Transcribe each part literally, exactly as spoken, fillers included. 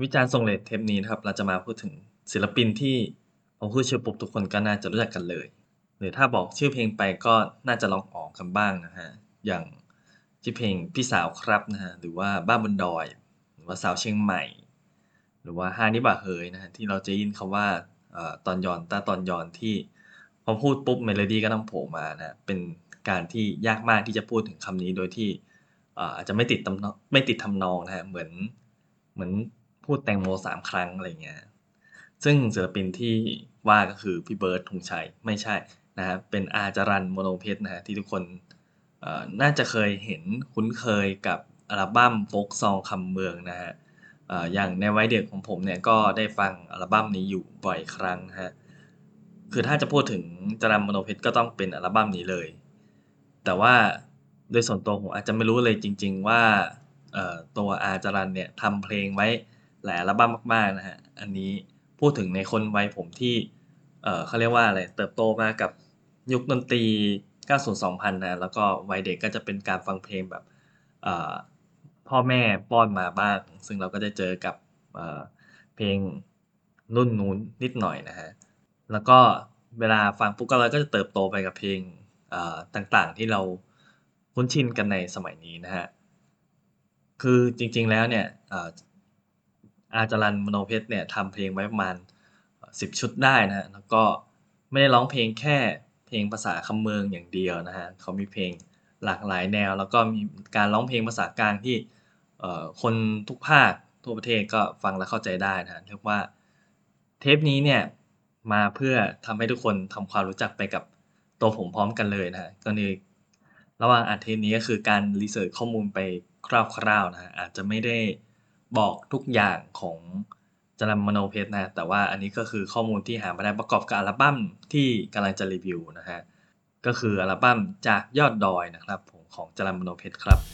วิจารณ์ทรงเรทเทปนี้นะครับ เราจะมาพูดถึงศิลปินที่พอพูดชื่อปุ๊บทุกคนก็น่าจะรู้จักกันเลย หรือถ้าบอกชื่อเพลงไปก็น่าจะลองออกกันบ้างนะฮะอย่างชื่อเพลงพี่สาวครับนะฮะหรือว่าบ้านบนดอยหรือว่าสาวเชียงใหม่หรือว่าฮานิบะเฮยนะฮะที่เราจะยินคำว่าเอ่อตอนยอนตาตอนยอนที่พอพูดปุ๊บเมโลดี้ก็ต้องโผล่มานะฮะเป็นการที่ยากมากที่จะพูดถึงคำนี้โดยที่เอ่ออาจจะไม่ติดตำนองไม่ติดทำนองนะฮะเหมือนเหมือนพูดแตงโมสามครั้งอะไรเงี้ยซึ่งศิลปินที่ว่าก็คือพี่เบิร์ดธงชัยไม่ใช่นะฮะเป็นอาจารันโมโนเพชรนะฮะที่ทุกคนเอ่อน่าจะเคยเห็นคุ้นเคยกับอัลบั้มโฟล์กซองคำเมืองนะฮะ เอ่ออย่างในวัยเด็กของผมเนี่ยก็ได้ฟังอัลบั้มนี้อยู่บ่อยครั้งนะฮะคือถ้าจะพูดถึงจรัญมโนเพชรก็ต้องเป็นอัลบั้มนี้เลยแต่ว่าโดยส่วนตัวผมอาจจะไม่รู้เลยจริงๆว่าเอ่อตัวอาจรัญเนี่ยทำเพลงไว้หลายอัลบั้มมากๆนะฮะอันนี้พูดถึงในคนวัยผมที่เอ่อเขาเรียกว่าอะไรเติบโตมากับยุคดนตรีเก้าสิบ สองพันนะแล้วก็วัยเด็กก็จะเป็นการฟังเพลงแบบเอ่อ พ่อแม่ป้อนมาบ้างซึ่งเราก็จะเจอกับเอ่อเพลงรุ่นนู้นนิดหน่อยนะฮะแล้วก็เวลาฟังปุ๊บก็เราก็จะเติบโตไปกับเพลงเอ่อต่างๆที่เราคุ้นชินกันในสมัยนี้นะฮะคือจริงๆแล้วเนี่ยเอ่ออาจรัญมโนเพชรเนี่ยทำเพลงไว้ประมาณสิบชุดได้นะฮะแล้วก็ไม่ได้ร้องเพลงแค่เพลงภาษาคำเมืองอย่างเดียวนะฮะเขามีเพลงหลากหลายแนวแล้วก็มีการร้องเพลงภาษากลางที่ เอ่อคนทุกภาคทั่วประเทศก็ฟังและเข้าใจได้นะเรียกว่าเทปนี้เนี่ยมาเพื่อทำให้ทุกคนทำความรู้จักไปกับตัวผมพร้อมกันเลยนะฮะก็คือระหว่างอัดเทปนี้ก็คือการรีเสิร์ชข้อมูลไปคร่าวๆนะฮะอาจจะไม่ได้บอกทุกอย่างของจรัญมโนเพชรนะแต่ว่าอันนี้ก็คือข้อมูลที่หามาได้ประกอบกับอัลบั้มที่กำลังจะรีวิวนะฮะก็คืออัลบั้มจากยอดดอยนะครับผมของจรัญมโนเพชรครับ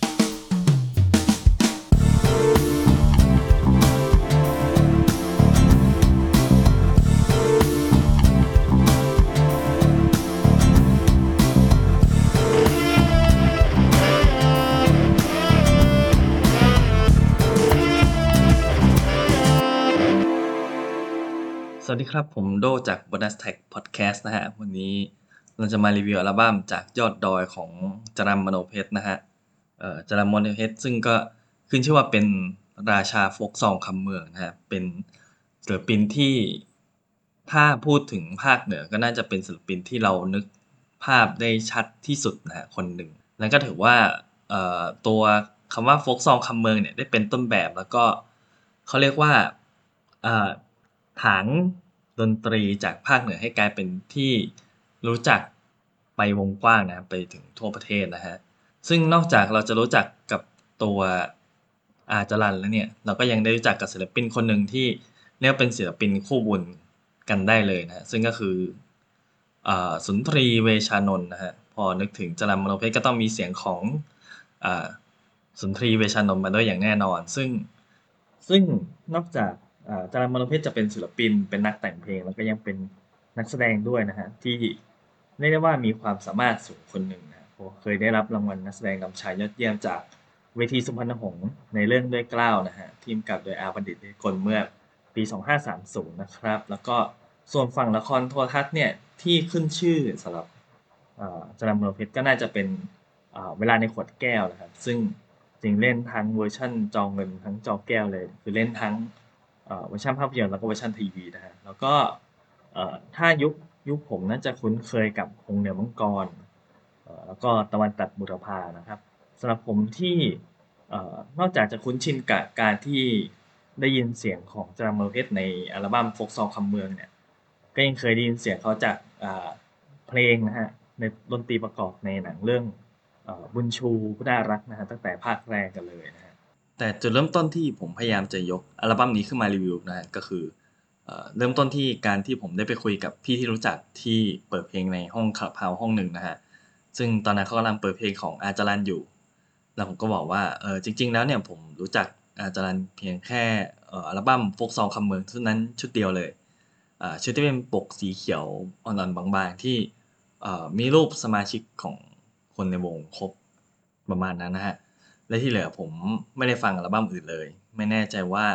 สวัสดีครับผมโดจาก Bonus Tag Podcast นะฮะวันนี้เราจะมารีวิวอัลบั้มจากยอดดอยของจรัญมโนเพชรนะฮะเอ่อจรัญมโนเพชรซึ่งก็ขึ้นชื่อว่าเป็นราชาโฟล์กซองคำเมืองนะฮะเป็นศิลปินที่ถ้าพูดถึงภาคเหนือก็น่าจะเป็นศิลปินที่เรานึกภาพได้ชัดที่สุดนะฮะคนหนึ่งแล้วก็ถือว่าเอ่อตัวคำว่าโฟล์กซองคำเมืองเนี่ยได้เป็นต้นแบบแล้วก็เขาเรียกว่าเอ่อ ถางดนตรีจากภาคเหนือให้กลายเป็นที่รู้จักไปวงกว้างนะครับไปถึงทั่วประเทศนะฮะซึ่งนอกจากเราจะรู้จักกับตัวอาจรันแล้วเนี่ยเราก็ยังได้รู้จักกับศิลปินคนหนึ่งที่เรียกเป็นศิลปินคู่บุญกันได้เลยนะฮะซึ่งก็คืออ่าสุนทรีเวชานนท์นะฮะพอนึกถึงจรัญมโนเพชรก็ต้องมีเสียงของอ่าสุนทรีเวชานนท์มาด้วยอย่างแน่นอนซึ่ง ซึ่งนอกจากอ่าจรัญมโนเพชรจะเป็นศิลปินเป็นนักแต่งเพลงแล้วก็ยังเป็นนักแสดงด้วยนะฮะที่เรียกได้ว่ามีความสามารถสูงคนหนึ่งนะเพราะเคยได้รับรางวัลนักแสดงนำชายยอดเยี่ยมจากเวทีสุพรรณหงส์ในเรื่องด้วยเกล้านะฮะทีมกับโดยอาบัณฑิตเดชกลเมื่อปีสองพันห้าร้อยสามสิบนะครับแล้วก็ส่วนฝั่งละครโทรทัศน์เนี่ยที่ขึ้นชื่อสำหรับอ่าจรัญมโนเพชรก็น่าจะเป็น อ่าเวลาในขวดแก้วนะครับซึ่งจริงเล่นทั้งเวอร์ชันจอเงินทั้งจอแก้วเลยคือเล่นทั้งเอ่อเวอร์ชันภาพยนตร์แล้วก็เวอร์ชันทีวีนะฮะแล้วก็เอ่อถ้ายุคยุคผมน่าจะคุ้นเคยกับหงส์เหนือมังกรเอ่อแล้วก็ตะวันตัดบุรพานะครับสำหรับผมที่เอ่อนอกจากจะคุ้นชินกับการที่ได้ยินเสียงของจรัญมโนเพชรในอัลบั้มโฟล์กซองคำเมืองเนี่ยก็ยังเคยได้ยินเสียงเขาจากอ่าเพลงนะฮะในดนตรีประกอบในหนังเรื่อง เอ่อบุญชูผู้น่ารักนะฮะตั้งแต่ภาคแรกกันเลยนะฮะแต่จุดเริ่มต้นที่ผมพยายามจะยกอัลบั้มนี้ขึ้นมารีวิวนะฮะก็คือเอ่อเริ่มต้นที่การที่ผมได้ไปคุยกับพี่ที่รู้จักที่เปิดเพลงในห้องคลับเฮาส์ห้องหนึ่งนะฮะซึ่งตอนนั้นเขากำลังเปิดเพลงของอาจารันอยู่แล้วผมก็บอกว่าเออจริงๆแล้วเนี่ยผมรู้จักอาจารันเพียงแค่เอ่ออัลบั้มโฟกซองคำเมืองชุดนั้นชุดเดียวเลยอ่าชุดที่เป็นปกสีเขียวอ่อนๆบางๆที่ เอ่อมีรูปสมาชิกของคนในวงครบประมาณนั้นนะฮะและที่เหลือผมไม่ได้ฟังอัลบั้มอื่นเลยไม่แน่ใจว่า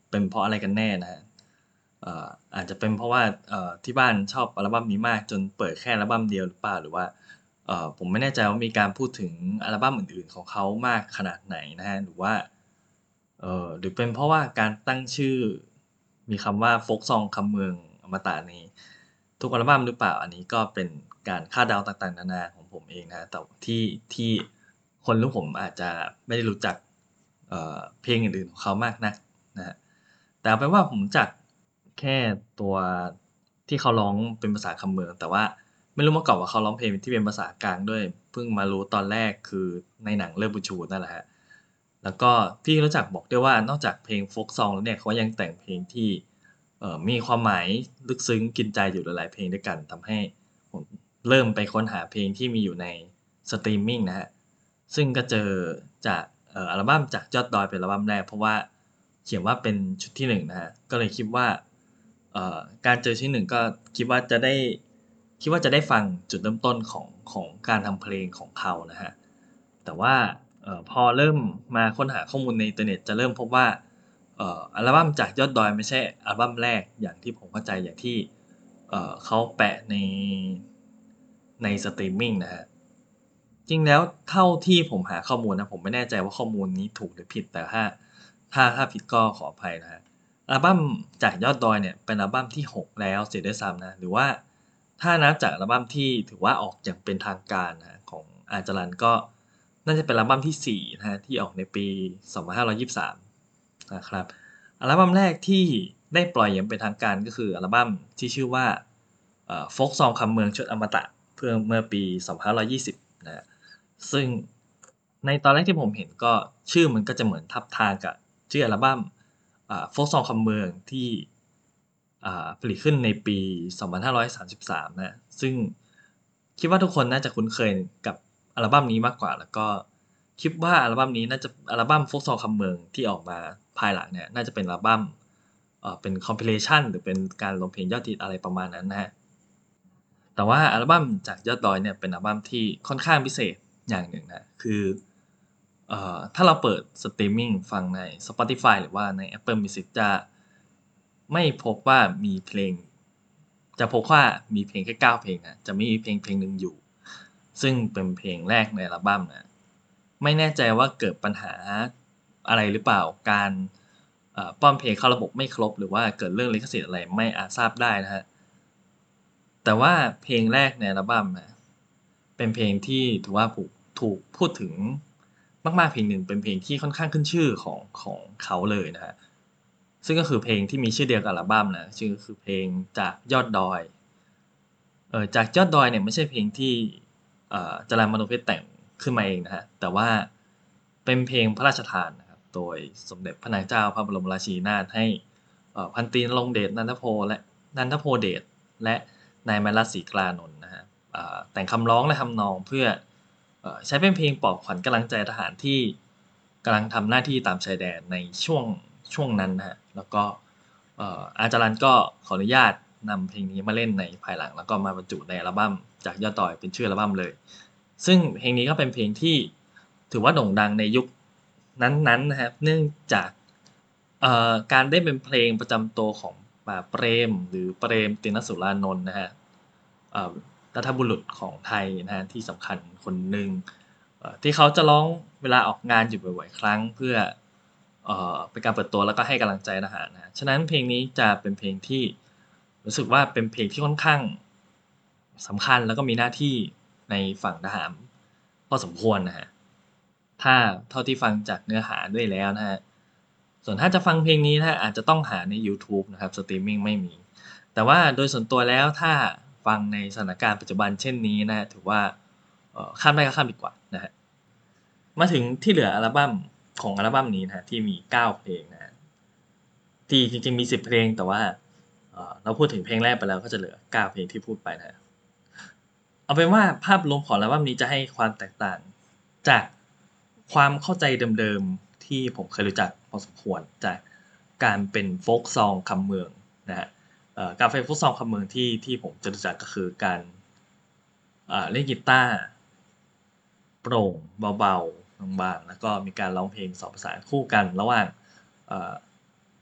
เป็นเพราะอะไรกันแน่นะฮะเอ่ออาจจะเป็นเพราะว่าเอ่อที่บ้านชอบอัลบั้มนี้มากจนเปิดแค่อัลบั้มเดียวหรือเปล่าหรือว่าเอ่อผมไม่แน่ใจว่ามีการพูดถึงอัลบั้มอื่นๆของเขามากขนาดไหนนะฮะหรือว่าเอ่อหรือเป็นเพราะว่าการตั้งชื่อมีคำว่าโฟล์กซองคำเมืองอมตะในทุกอัลบั้มหรือเปล่าอันนี้ก็เป็นการคาดเดาต่างๆนานาของผมเองนะแต่ที่ที่คนรุ่นผมอาจจะไม่ได้รู้จักเอ่อเพลงอื่นๆของเขามากนักนะฮะแต่เอาเป็นว่าผมรู้จักแค่ตัวที่เขาร้องเป็นภาษาคำเมืองแต่ว่าไม่รู้มาก่อนว่าเขาร้องเพลงที่เป็นภาษากลางด้วยเพิ่งมารู้ตอนแรกคือในหนังเลิฟบุญชูนั่นแหละฮะ แล้วก็ที่รู้จักบอกด้วยว่านอกจากเพลงโฟล์กซองแล้วเนี่ยเขายังแต่งเพลงที่เอ่อมีความหมายลึกซึ้งกินใจอยู่หลายๆเพลงด้วยกันทำให้ผมเริ่มไปค้นหาเพลงที่มีอยู่ในสตรีมมิงนะฮะซึ่งก็เจอจากเอ่ออัลบั้มจากยอดดอยเป็นอัลบั้มแรกเพราะว่าเขียนว่าเป็นชุดที่หนึ่งนะฮะก็เลยคิดว่าเอ่อการเจอชุดที่หนึ่งก็คิดว่าจะได้คิดว่าจะได้ฟังจุดเริ่มต้นของของการทำเพลงของเขานะฮะ แต่ว่าเอ่อพอเริ่มมาค้นหาข้อมูลในอินเทอร์เน็ตจะเริ่มพบว่าเอ่ออัลบั้มจากยอดดอยไม่ใช่อัลบั้มแรกอย่างที่ผมเข้าใจอย่างที่เอ่อเขาแปะในในสตรีมมิงนะฮะจริงแล้วเท่าที่ผมหาข้อมูลนะผมไม่แน่ใจว่าข้อมูลนี้ถูกหรือผิดแต่ถ้าถ้าถ้าผิดก็ขออภัยนะฮะอัลบั้มจากยอดดอยเนี่ยเป็นอัลบั้มที่หกแล้วเสียด้วยซ้ำนะหรือว่าถ้านับจากอัลบั้มที่ถือว่าออกอย่างเป็นทางการนะของอาจารันก็ น่าจะเป็นอัลบั้มที่สี่นะฮะที่ออกในปีสองพันห้าร้อยยี่สิบสามนะครับอัลบั้มแรกที่ได้ปล่อยอย่างเป็นทางการก็คืออัลบั้มที่ชื่อว่าเอ่อโฟล์กซองคำเมืองชนอมตะเพื่อเมื่อปีสองพันห้าร้อยยี่สิบนะฮะซึ่งในตอนแรกที่ผมเห็นก็ชื่อมันก็จะเหมือนทับทางกับชื่ออัลบั้มอ่าโฟล์กซองคำเมืองที่อ่าผลิตขึ้นในปีสองพันห้าร้อยสามสิบสามนะซึ่งคิดว่าทุกคนน่าจะคุ้นเคยกับอัลบั้มนี้มากกว่าแล้วก็ คิดว่าอัลบั้มนี้น่าจะอัลบั้ม Folk Song คำเมืองที่ออกมาภายหลังเนี่ยน่าจะเป็นอัลบั้มเอ่อเป็น compilation หรือเป็นการรวมเพลงยอดฮิตอะไรประมาณนั้นนะฮะแต่ว่าอัลบั้มจากยอดดอยเนี่ยเป็นอัลบั้มที่ค่อนข้างพิเศษอย่างหนึ่งนะคือเอ่อถ้าเราเปิดสตรีมมิงฟังใน Spotify หรือว่าใน Apple Music จะไม่พบว่ามีเพลงจะพบว่ามีเพลงแค่เก้าเพลงนะจะไม่มีเพลงเพลงหนึ่งอยู่ซึ่งเป็นเพลงแรกในอัลบั้มนะ ไม่แน่ใจว่าเกิดปัญหาอะไรหรือเปล่าการเอ่อป้อนเพลงเข้าระบบไม่ครบหรือว่าเกิดเรื่องลิขสิทธิ์อะไรไม่อาจทราบได้นะฮะแต่ว่าเพลงแรกในอัลบั้มนะเป็นเพลงที่ถือว่าถูกถูกพูดถึงมากๆเพลงหนึ่งเป็นเพลงที่ค่อนข้างขึ้นชื่อของของเขาเลยนะฮะซึ่งก็คือเพลงที่มีชื่อเดียวกับอัลบั้มนะชื่อก็คือเพลงจากยอดดอยเอ่อจากยอดดอยเนี่ยไม่ใช่เพลงที่เอ่อจรัญมโนเพชรแต่งขึ้นมาเองนะฮะแต่ว่า เป็นเพลงพระราชทานนะครับโดยสมเด็จพระนางเจ้าพระบรมราชินีนาถให้เอ่อพันตรีณรงค์เดชนันทโพและนันทโพเดชและนายมารัตศรีกลานนท์นะฮะอ่าแต่งคำร้องและทำนองเพื่อเอ่อใช้เป็นเพลงปลอบขวัญกำลังใจทหารที่กำลังทำหน้าที่ตามชายแดนในช่วงช่วงนั้นนะฮะแล้วก็เอ่ออาจารันก็ขออนุญาตนำเพลงนี้มาเล่นในภายหลังแล้วก็มาบรรจุในอัลบั้มจากยอดดอยเป็นชื่ออัลบั้มเลย ซึ่งเพลงนี้ก็เป็นเพลงที่ถือว่าโด่งดังในยุคนั้นๆนะครับเนื่องจากเอ่อการได้เป็นเพลงประจำตัวของป่าเปรมหรือเปรมตินสุรานนท์นะฮะเอ่อรัฐบุรุษของไทยนะฮะที่สำคัญคนหนึ่งเอ่อที่เขาจะร้องเวลาออกงานอยู่บ่อยๆครั้งเพื่อเอ่อเป็นการเปิดตัวแล้วก็ให้กำลังใจทหารนะฮะฉะนั้นเพลงนี้จะเป็นเพลงที่รู้สึกว่าเป็นเพลงที่ค่อนข้างสำคัญแล้วก็มีหน้าที่ในฝั่งทหาร พอสมควรนะฮะถ้าเท่าที่ฟังจากเนื้อหาด้วยแล้วนะฮะส่วนถ้าจะฟังเพลงนี้นะอาจจะต้องหาในยูทูบนะครับสตรีมมิงไม่มี แต่ว่าโดยส่วนตัวแล้วถ้าฟังในสถานการณ์ปัจจุบันเช่นนี้นะถือว่าเอ่อข้ามได้ก็ข้ามดีกว่านะฮะมาถึงที่เหลืออัลบั้มของอัลบั้มนี้นะฮะที่มีเก้าเพลงนะฮะที่จริงๆมีสิบเพลงแต่ว่าเอ่อเราพูดถึงเพลงแรกไปแล้วก็จะเหลือเก้าเพลงที่พูดไปนะฮะ เอาเป็นว่าภาพรวมของอัลบั้มนี้จะให้ความแตกต่างจากความเข้าใจเดิมๆที่ผมเคยรู้จักพอสมควรจากการเป็นโฟล์กซองคำเมืองนะฮะเอ่อการเป็นโฟล์กซองคำเมืองที่ที่ผมจะรู้จักก็คือการอ่าเล่นกีตาร์โปร่งเบาๆบางๆแล้วก็มีการร้องเพลงสองประสานคู่กันระหว่างเอ่อ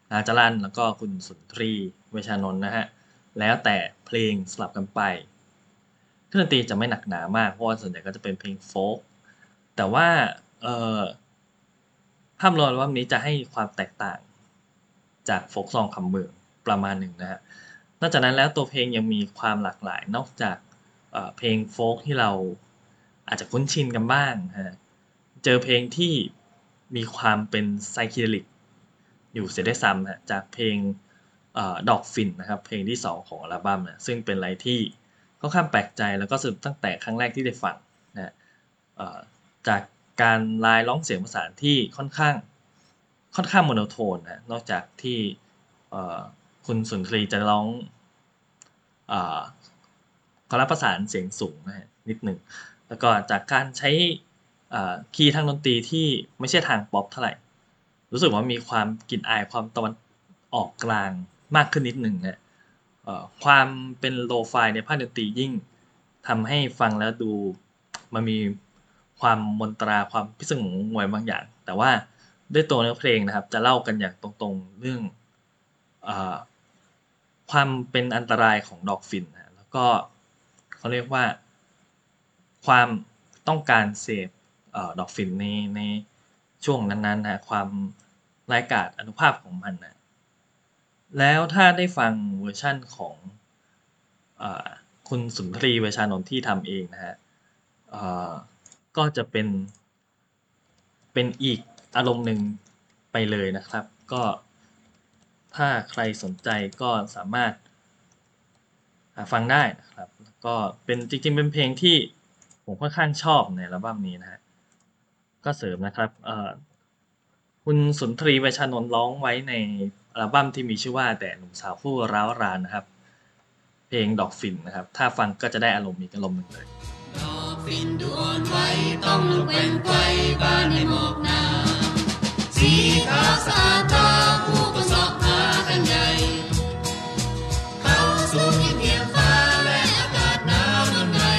นาจรัญแล้วก็คุณสุนทรีเวชานนท์นะฮะแล้วแต่เพลงสลับกันไปเครื่องดนตรีจะไม่หนักหนามากเพราะว่าส่วนใหญ่ก็จะเป็นเพลงโฟล์กแต่ว่าเอ่อภาพรวมอัลบั้มนี้จะให้ความแตกต่างจากโฟล์กซองคำเมืองประมาณหนึ่งนะฮะนอกจากนั้นแล้วตัวเพลงยังมีความหลากหลายนอกจากเอ่อเพลงโฟล์กที่เราอาจจะคุ้นชินกันบ้างฮะเจอเพลงที่มีความเป็นไซคิเดลิกอยู่เสียด้วยซ้ำฮะจากเพลงเอ่อดอกฝิ่นนะครับเพลงที่สองของอัลบั้มเนี่ยซึ่งเป็นอะไรที่ค่อนข้างแปลกใจแล้วก็สนุกตั้งแต่ครั้งแรกที่ได้ฟังนะฮะเอ่อจากการลายร้องเสียงประสานที่ค่อนข้างค่อนข้างโมโนโทนนะนอกจากที่เอ่อคุณสุนทรีจะร้องเอ่อคอรัสประสานเสียงสูงนะฮะนิดหนึ่งแล้วก็จากการใช้เอ่อคีย์ทางดนตรีที่ไม่ใช่ทางป๊อปเท่าไหร่รู้สึกว่ามีความกลิ่นอายความตะวันออกกลางมากขึ้นนิดหนึ่งนะเอ่อความเป็นโลไฟในภาคดนตรียิ่งทำให้ฟังแล้วดูมันมีความมนตราความพิศวงงวยบางอย่างแต่ว่าด้วยตัวเนื้อเพลงนะครับจะเล่ากันอย่างตรงๆเรื่องเอ่อความเป็นอันตรายของดอกฝิ่นนะแล้วก็เขาเรียกว่าความต้องการเสพเอ่อดอกฝิ่นในในช่วงนั้นๆนะความร้ายกาจอานุภาพของมันนะแล้วถ้าได้ฟังเวอร์ชั่นของเอ่อคุณสุนทรีเวชานนท์ที่ทำเองนะฮะเอ่อก็จะเป็นเป็นอีกอารมณ์หนึ่งไปเลยนะครับก็ถ้าใครสนใจก็สามารถหาฟังได้นะครับแล้วก็เป็นจริงๆเป็นเพลงที่ผมค่อนข้างชอบในอัลบั้มนี้นะฮะก็เสริมนะครับเอ่อคุณสุนทรีเวชานนท์ร้องไว้ในอัลบั้มที่มีชื่อว่าแต่หนุ่มสาวผู้ร้าวรานนะครับเพลงดอกฝิ่นนะครับถ้าฟังก็จะได้อารมณ์อีกอารมณ์หนึ่งเลยดอกฝิ่นดูอ่อนไหวต้องลุกแกว่งไกวบ้านในหมอกหนาสีขาวสะอาดตาผู้ก็เสาะหากันใหญ่เขาสูงยิ่งเทียมฟ้าและอากาศหนาวนวลใน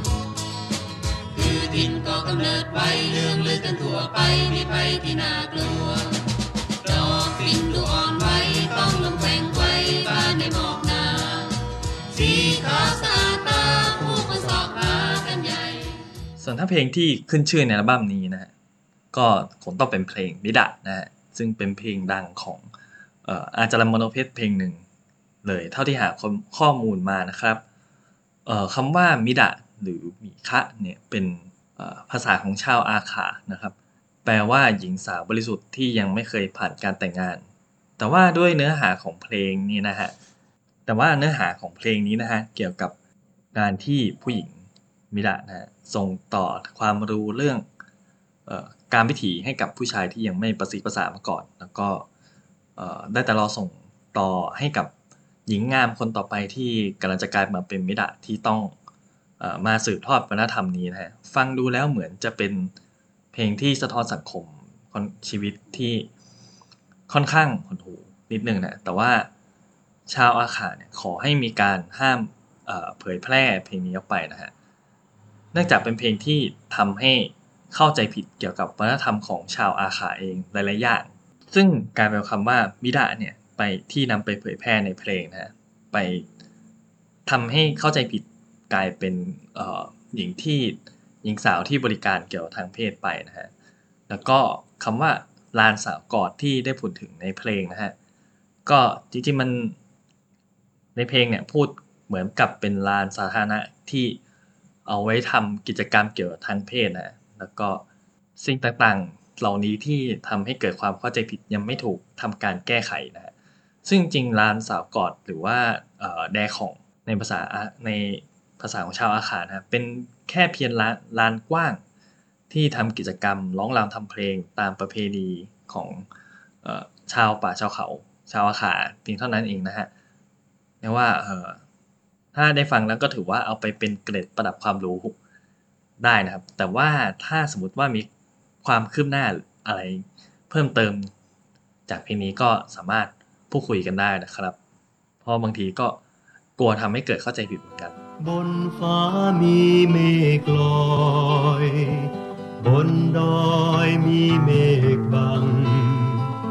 คือดินก็กำเนิดไว้เรื่องลือกันทั่วไปมีภัยที่น่ากลัวดอกฝิ่นดูอ่อนไหวต้องลุกแกว่งไกวบ้านในหมอกหนาสีขาวสะอาดตาผู้ก็เสาะหากันใหญ่ส่วนถ้าเพลงที่ขึ้นชื่อในอัลบั้มนี้นะฮะก็คงต้องเป็นเพลงมิดะนะฮะซึ่งเป็นเพลงดังของเอ่ออาจารย์มโนเพชรเพลงหนึ่งเลยเท่าที่หาข้อมูลมานะครับเอ่อคำว่ามิดะหรือมิคะเนี่ยเป็นเอ่อภาษาของชาวอาขานะครับแปลว่าหญิงสาวบริสุทธิ์ที่ยังไม่เคยผ่านการแต่งงานแต่ว่าด้วยเนื้อหาของเพลงนี้นะฮะแต่ว่าเนื้อหาของเพลงนี้นะฮะเกี่ยวกับการที่ผู้หญิง มิระนะฮะส่งต่อความรู้เรื่องเอ่อการวิถีให้กับผู้ชายที่ยังไม่ประสีประสามาก่อนแล้วก็เอ่อได้แต่รอส่งต่อให้กับหญิงงามคนต่อไปที่กำลังจะกลายมาเป็นมิระที่ต้องเอ่อมาสืบทอดวัฒนธรรมนี้นะฮะฟังดูแล้วเหมือนจะเป็นเพลงที่สะท้อนสังคมชีวิตที่ค่อนข้างหดหู่นิดนึงนะแต่ว่าชาวอาขาเนี่ยขอให้มีการห้ามเอ่อเผยแพร่เพลงนี้ออกไปนะฮะ เนื่องจากเป็นเพลงที่ทำให้เข้าใจผิดเกี่ยวกับวัฒนธรรมของชาวอาขาเองหลายๆอย่างซึ่งกลายเป็นคำว่ามิดะเนี่ยไปที่นำไปเผยแพร่ในเพลงนะฮะไปทำให้เข้าใจผิดกลายเป็นเอ่อหญิงที่หญิงสาวที่บริการเกี่ยวกับทางเพศไปนะฮะแล้วก็คำว่าลานสาวกอดที่ได้พูดถึงในเพลงนะฮะก็จริงๆมันในเพลงเนี่ยพูดเหมือนกับเป็นลานสาธารณะที่ เอาไว้ทำกิจกรรมเกี่ยวกับทางเพศนะแล้วก็สิ่งต่างๆเหล่านี้ที่ทำให้เกิดความเข้าใจผิดยังไม่ถูกทำการแก้ไขนะฮะซึ่งจริงๆลานสาวกอดหรือว่าเอ่อแดของในภาษาในภาษาของชาวอาขานะครับเป็นแค่เพียงลานลานกว้างที่ทำกิจกรรมร้องรำทำเพลงตามประเพณีของเอ่อชาวป่าชาวเขาชาวอาขาเพียงเท่านั้นเองนะฮะเรียกว่าเอ่อ ถ้าได้ฟังแล้วก็ถือว่าเอาไปเป็นเกร็ดประดับความรู้ได้นะครับแต่ว่าถ้าสมมติว่ามีความคืบหน้าอะไรเพิ่มเติมจากเพลงนี้ก็สามารถพูดคุยกันได้นะครับเพราะบางทีก็กลัวทำให้เกิดเข้าใจผิดเหมือนกันบนฟ้ามีเมฆลอยบนดอยมีเมฆบัง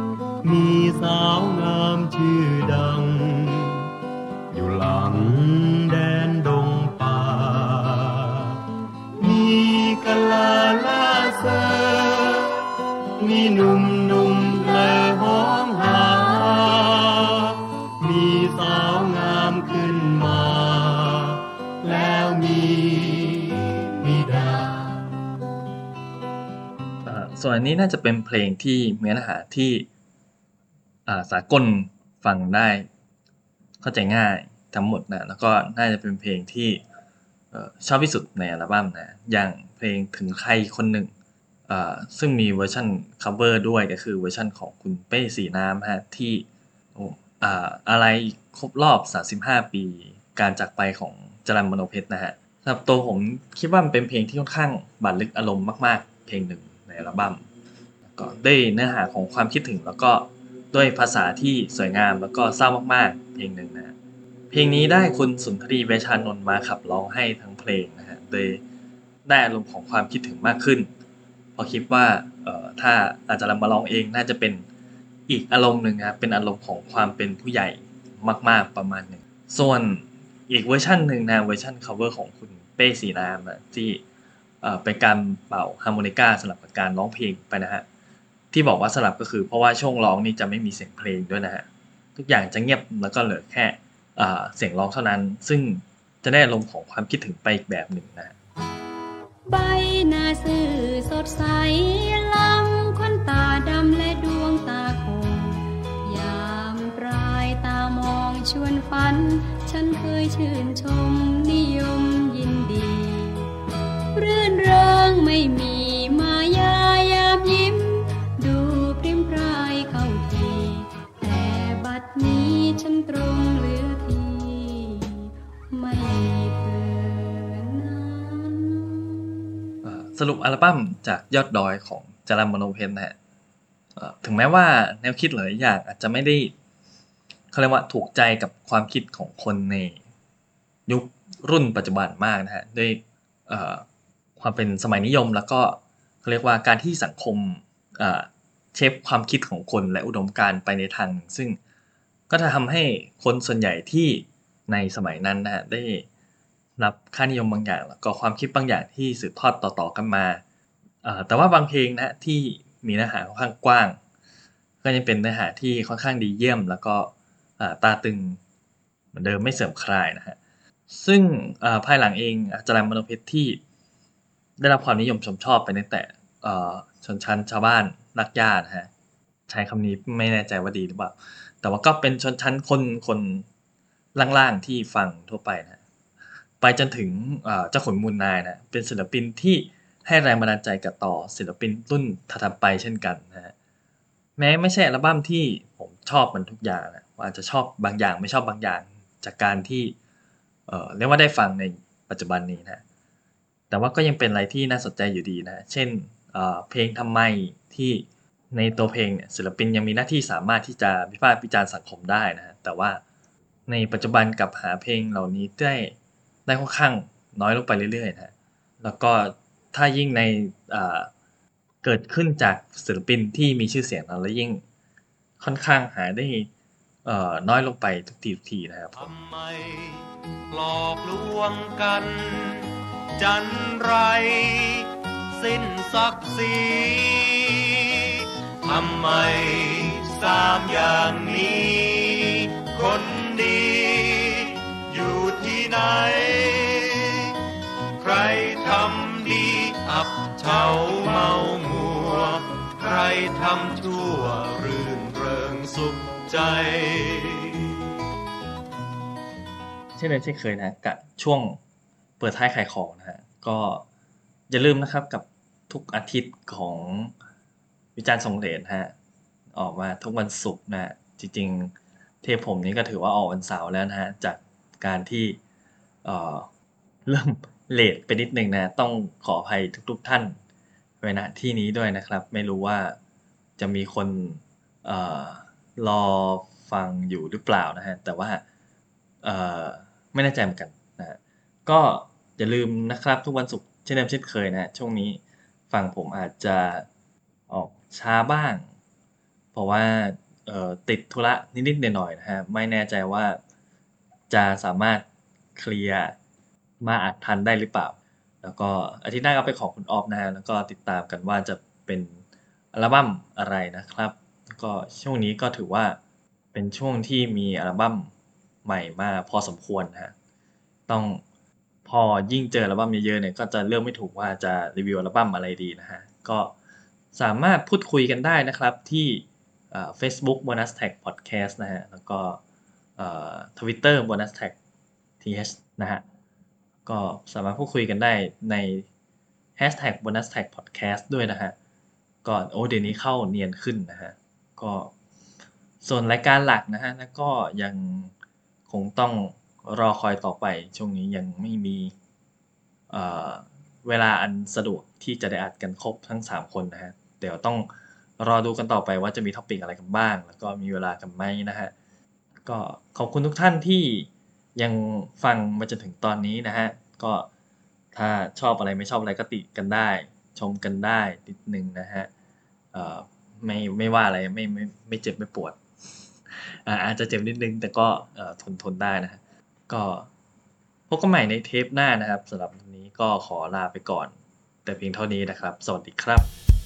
มีสาวงามชื่อดังอยู่หลังแดนดงป่ามีกะลาลาเซอมีหนุ่มหนุ่มแลห้องหามีสาวงามขึ้นมาแล้วมีบิดาอ่าส่วนอันนี้น่าจะเป็นเพลงที่มีเนื้อหาที่อ่าสากลฟังได้เข้าใจง่ายทั้งหมดนะแล้วก็น่าจะเป็นเพลงที่เอ่อชอบที่สุดในอัลบั้มนะอย่างเพลงถึงใครคนหนึ่งอ่าซึ่งมีเวอร์ชันคัฟเวอร์ด้วยก็คือเวอร์ชันของคุณเป้สีน้ำฮะที่โอ้อ่าอะไรครบรอบสามสิบห้าปีการจากไปของจรัญมโนเพชรนะฮะสำหรับตัวผมคิดว่ามันเป็นเพลงที่ค่อนข้างบันทึกอารมณ์มากๆเพลงหนึ่งในอัลบั้มก็ด้วยเนื้อหาของความคิดถึงแล้วก็ด้วยภาษาที่สวยงามแล้วก็เศร้ามากๆเพลงหนึ่งนะเพลงนี้ได้คุณสุนทรีเวชานนท์มาขับร้องให้ทั้งเพลงนะฮะโดยได้อารมณ์ของความคิดถึงมากขึ้นเพราะคิดว่าเอ่อถ้าอาจารย์มาร้องเองน่าจะเป็นอีกอารมณ์หนึ่งครับเป็นอารมณ์ของความเป็นผู้ใหญ่มากๆประมาณหนึ่งส่วนอีกเวอร์ชันหนึ่งนะเวอร์ชัน cover ของคุณเป้สีน้ำนะที่เอ่อเป็นการเป่าฮาร์โมนิกาสลับกับการร้องเพลงไปนะฮะที่บอกว่าสลับก็คือเพราะว่าช่วงร้องนี่จะไม่มีเสียงเพลงด้วยนะฮะทุกอย่างจะเงียบแล้วก็เหลือแค่อ่าเสียงร้องเท่านั้นซึ่งจะได้อารมณ์ของความคิดถึงไปอีกแบบหนึ่งนะใบหน้าซื่อสดใสล้ำขวัญตาดำและดวงตาคมยามปลายตามองชวนฝันฉันเคยชื่นชมนิยมยินดีรื่นเริงไม่มีมายายาบยิ้มดูพริ้มพรายเข้าทีแต่บัดนี้ฉันตรงเหลือที่ไม่เพื่อนั้นสรุปอัลบั้มจากยอดดอยของจรัญมโนเพชรนะฮะถึงแม้ว่าแนวคิดหลายอย่างอาจจะไม่ได้เขาเรียกว่าถูกใจกับความคิดของคนในยุครุ่นปัจจุบันมากนะฮะด้วยความเป็นสมัยนิยมแล้วก็เขาเรียกว่าการที่สังคมเชฟความคิดของคนและอุดมการณ์ไปในทางซึ่งก็จะทำให้คนส่วนใหญ่ที่ในสมัยนั้นนะฮะได้รับค่านิยมบางอย่างแล้วก็ความคิดบางอย่างที่สืบทอดต่อๆกันมาแต่ว่าบางเพลงนะที่มีเนื้อหาค่อนข้างกว้างก็ยังเป็นเนื้อหาที่ค่อนข้างดีเยี่ยมแล้วก็ตาตึงเหมือนเดิมไม่เสื่อมคลายนะฮะซึ่งภายหลังเองจรัญมโนเพชรที่ได้รับความนิยมชมชอบไปตั้งแต่ชนชั้นชาวบ้านรักญาตินะฮะใช้คำนี้ไม่แน่ใจว่าดีหรือเปล่าแต่ว่าก็เป็นชนชั้นคนคนล่างๆที่ฟังทั่วไปนะไปจนถึงเจ้าขุนมูลนายนะเป็นศิลปินที่ให้แรงบันดาลใจกับต่อศิลปินรุ่นถัดไปเช่นกันนะฮะแม้ไม่ใช่อัลบั้มที่ผมชอบมันทุกอย่างนะอาจจะชอบบางอย่างไม่ชอบบางอย่างจากการที่เอ่อเรียกว่าได้ฟังในปัจจุบันนี้นะแต่ว่าก็ยังเป็นอะไรที่น่าสนใจอยู่ดีนะเช่นเพลงทำไมที่ในตัวเพลงเนี่ยศิลปินยังมีหน้าที่สามารถที่จะวิพากษ์วิจารณ์สังคมได้นะแต่ว่าในปัจจุบันกับหาเพลงเหล่านี้ได้ได้ค่อนข้างน้อยลงไปเรื่อยๆนะแล้วก็ถ้ายิ่งในเกิดขึ้นจากศิลปินที่มีชื่อเสียงแล้วยิ่งค่อนข้างหาได้น้อยลงไปทุกทีทุกทีนะครับทำไมหลอกลวงกันจันไรสิ้นศักดิ์ศรีทำไมสามอย่างนี้คนดีอยู่ที่ไหนใครทำดีอับเฉาเมามัวใครทำชั่วรื่นเริงสุขใจเช่นเดิมเช่นเคยนะกับช่วงเปิดท้ายขายของนะฮะก็อย่าลืมนะครับกับทุกอาทิตย์ของวิจารณ์ทรงเดชฮะออกมาทุกวันศุกร์นะจริงๆเทปผมนี้ก็ถือว่าออกวันเสาร์แล้วนะฮะจากการที่เอ่อเริ่มเลทไปนิดนึงนะต้องขออภัยทุกๆท่านไว้ณที่นี้ด้วยนะครับไม่รู้ว่าจะมีคนเอ่อรอฟังอยู่หรือเปล่านะฮะแต่ว่าเอ่อไม่แน่ใจเหมือนกันนะฮะก็อย่าลืมนะครับทุกวันศุกร์เช่นเดิมเช่นเคยนะฮะช่วงนี้ฝั่งผมอาจจะออกช้าบ้างเพราะว่าเอ่อติดธุระนิดๆหน่อยๆนะฮะไม่แน่ใจว่าจะสามารถเคลียร์มาอัดทันได้หรือเปล่าแล้วก็อาทิตย์หน้าก็เป็นของคุณออฟนะฮะแล้วก็ติดตามกันว่าจะเป็นอัลบัมอะไรนะครับแล้วก็ช่วงนี้ก็ถือว่าเป็นช่วงที่มีอัลบัมใหม่มาพอสมควรนะฮะต้องพอยิ่งเจออัลบัมเยอะๆเนี่ยก็จะเลือกไม่ถูกว่าจะรีวิวอัลบัมอะไรดีนะฮะก็สามารถพูดคุยกันได้นะครับที่อ่า Facebook Bonus Tag Podcast นะฮะแล้วก็เอ่อ Twitter Bonus Tag ที เอช นะฮะก็สามารถพูดคุยกันได้ใน Hashtag Bonus Tag Podcast ด้วยนะฮะก็โอ้เดี๋ยวนี้เข้าเนียนขึ้นนะฮะก็ส่วนรายการหลักนะฮะแล้วก็ยังคงต้องรอคอยต่อไปช่วงนี้ยังไม่มีเอ่อเวลาอันสะดวกที่จะได้อัดกันครบทั้งสามคนนะฮะเดี๋ยวต้องรอดูกันต่อไปว่าจะมีท็อปิกอะไรกันบ้างแล้วก็มีเวลากันไหมนะฮะก็ขอบคุณทุกท่านที่ยังฟังมาจนถึงตอนนี้นะฮะก็ถ้าชอบอะไรไม่ชอบอะไรก็ติกันได้ชมกันได้นิดนึงนะฮะเอ่อไม่ไม่ว่าอะไรไม่ไม่ไม่เจ็บไม่ปวดอ่าอาจจะเจ็บนิดนึงแต่ก็เอ่อทนทนได้นะฮะก็พบกันใหม่ในเทปหน้านะครับสำหรับวันนี้ก็ขอลาไปก่อนแต่เพียงเท่านี้นะครับสวัสดีครับ